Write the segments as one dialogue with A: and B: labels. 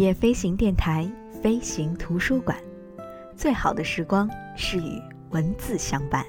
A: 业飞行电台飞行图书馆，最好的时光是与文字相伴。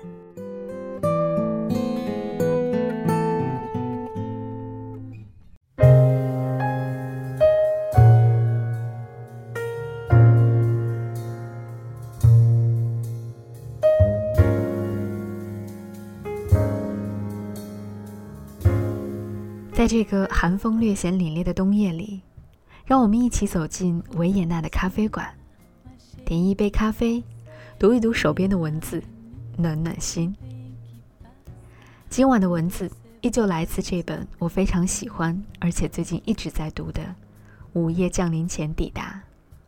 A: 在这个寒风略显凛冽的冬夜里，让我们一起走进维也纳的咖啡馆，点一杯咖啡，读一读手边的文字，暖暖心。今晚的文字依旧来自这本我非常喜欢而且最近一直在读的《午夜降临前抵达》。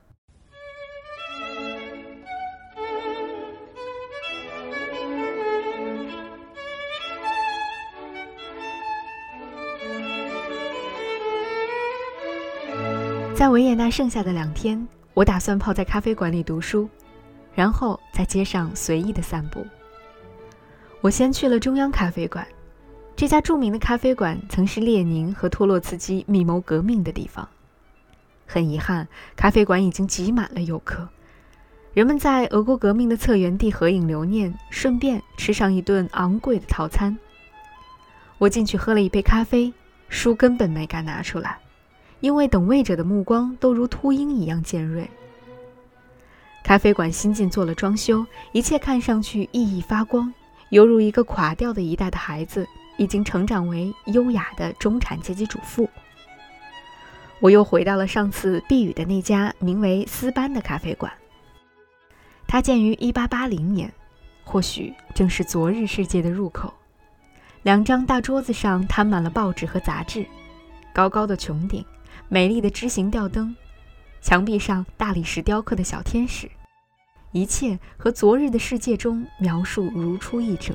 A: 在维也纳剩下的2天，我打算泡在咖啡馆里读书，然后在街上随意的散步。我先去了中央咖啡馆，这家著名的咖啡馆曾是列宁和托洛茨基密谋革命的地方。很遗憾，咖啡馆已经挤满了游客，人们在俄国革命的策源地合影留念，顺便吃上一顿昂贵的套餐。我进去喝了一杯咖啡，书根本没敢拿出来，因为等位者的目光都如秃鹰一样尖锐。咖啡馆新近做了装修，一切看上去熠熠发光，犹如一个垮掉的一代的孩子已经成长为优雅的中产阶级主妇。我又回到了上次避雨的那家名为斯班的咖啡馆，它建于1880年，或许正是昨日世界的入口。2张大桌子上摊满了报纸和杂志，高高的穹顶，美丽的枝形吊灯，墙壁上大理石雕刻的小天使，一切和昨日的世界中描述如出一辙。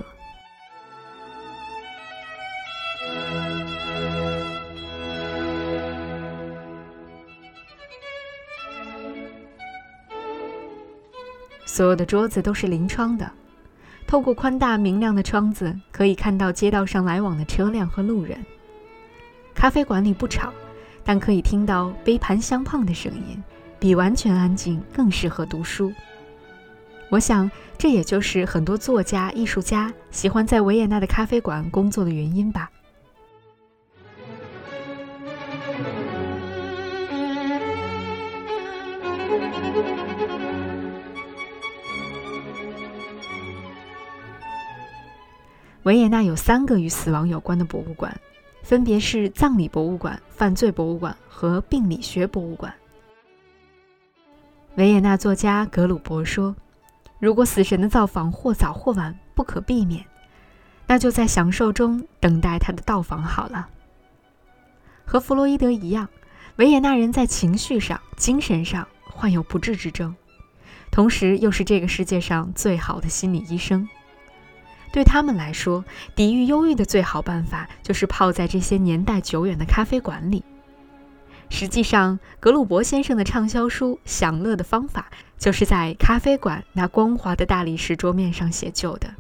A: 所有的桌子都是临窗的，透过宽大明亮的窗子，可以看到街道上来往的车辆和路人。咖啡馆里不吵，但可以听到杯盘相碰的声音，比完全安静更适合读书。我想，这也就是很多作家、艺术家喜欢在维也纳的咖啡馆工作的原因吧。维也纳有3个与死亡有关的博物馆，分别是葬礼博物馆、犯罪博物馆和病理学博物馆。维也纳作家格鲁伯说，如果死神的造访或早或晚不可避免，那就在享受中等待他的到访好了。和弗洛伊德一样，维也纳人在情绪上、精神上患有不治之症，同时又是这个世界上最好的心理医生。对他们来说，抵御忧郁的最好办法就是泡在这些年代久远的咖啡馆里。实际上，格鲁伯先生的畅销书《享乐的方法》就是在咖啡馆那光滑的大理石桌面上写就的。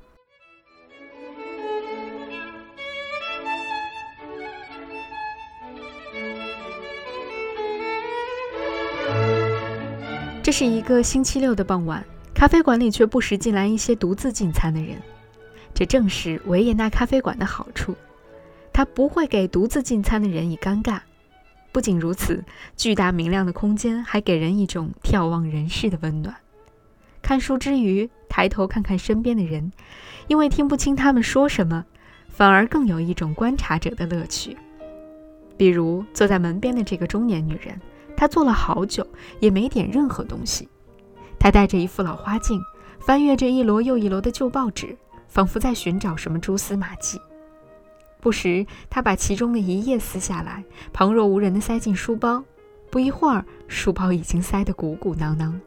A: 这是一个星期六的傍晚，咖啡馆里却不时进来一些独自进餐的人。这正是维也纳咖啡馆的好处，它不会给独自进餐的人以尴尬。不仅如此，巨大明亮的空间还给人一种眺望人世的温暖。看书之余，抬头看看身边的人，因为听不清他们说什么，反而更有一种观察者的乐趣。比如坐在门边的这个中年女人，她坐了好久，也没点任何东西。她戴着一副老花镜，翻阅着一摞又一摞的旧报纸，仿佛在寻找什么蛛丝马迹。不时他把其中的一页撕下来，旁若无人地塞进书包，不一会儿书包已经塞得鼓鼓囊囊。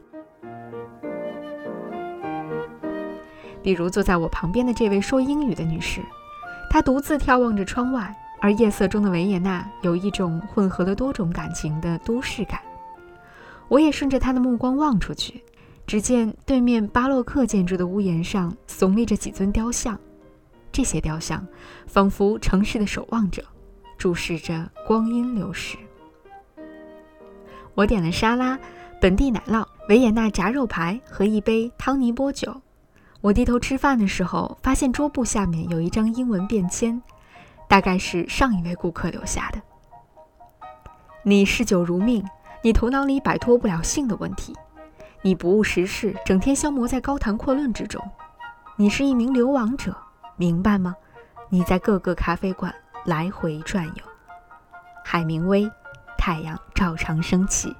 A: 比如坐在我旁边的这位说英语的女士，她独自眺望着窗外，而夜色中的维也纳有一种混合了多种感情的都市感。我也顺着她的目光望出去，只见对面巴洛克建筑的屋檐上耸立着几尊雕像，这些雕像仿佛城市的守望者，注视着光阴流逝。 我点了沙拉、本地奶酪、维也纳炸肉排和一杯汤尼波酒。我低头吃饭的时候，发现桌布下面有一张英文便签，大概是上一位顾客留下的。你嗜酒如命，你头脑里摆脱不了性的问题，你不务实事，整天消磨在高谈阔论之中。你是一名流亡者，明白吗？你在各个咖啡馆来回转悠。海明威，太阳照常升起。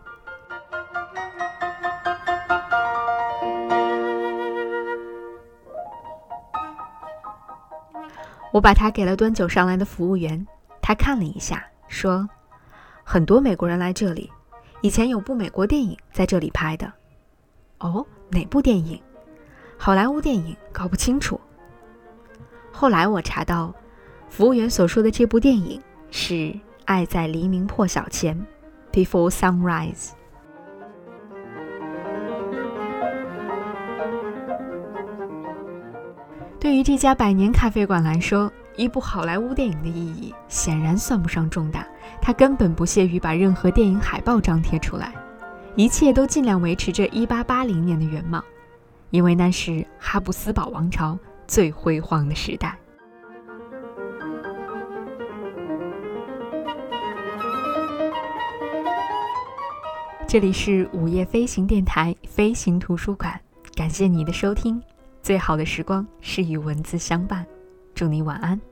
A: 我把它给了端酒上来的服务员，他看了一下，说：很多美国人来这里，以前有部美国电影在这里拍的。哦，哪部电影？好莱坞电影，搞不清楚。后来我查到，服务员所说的这部电影是《爱在黎明破晓前》 Before Sunrise。 对于这家百年咖啡馆来说，一部好莱坞电影的意义显然算不上重大，它根本不屑于把任何电影海报张贴出来，一切都尽量维持着1880年的原貌，因为那是哈布斯堡王朝最辉煌的时代。这里是午夜飞行电台飞行图书馆，感谢你的收听。最好的时光是与文字相伴，祝你晚安。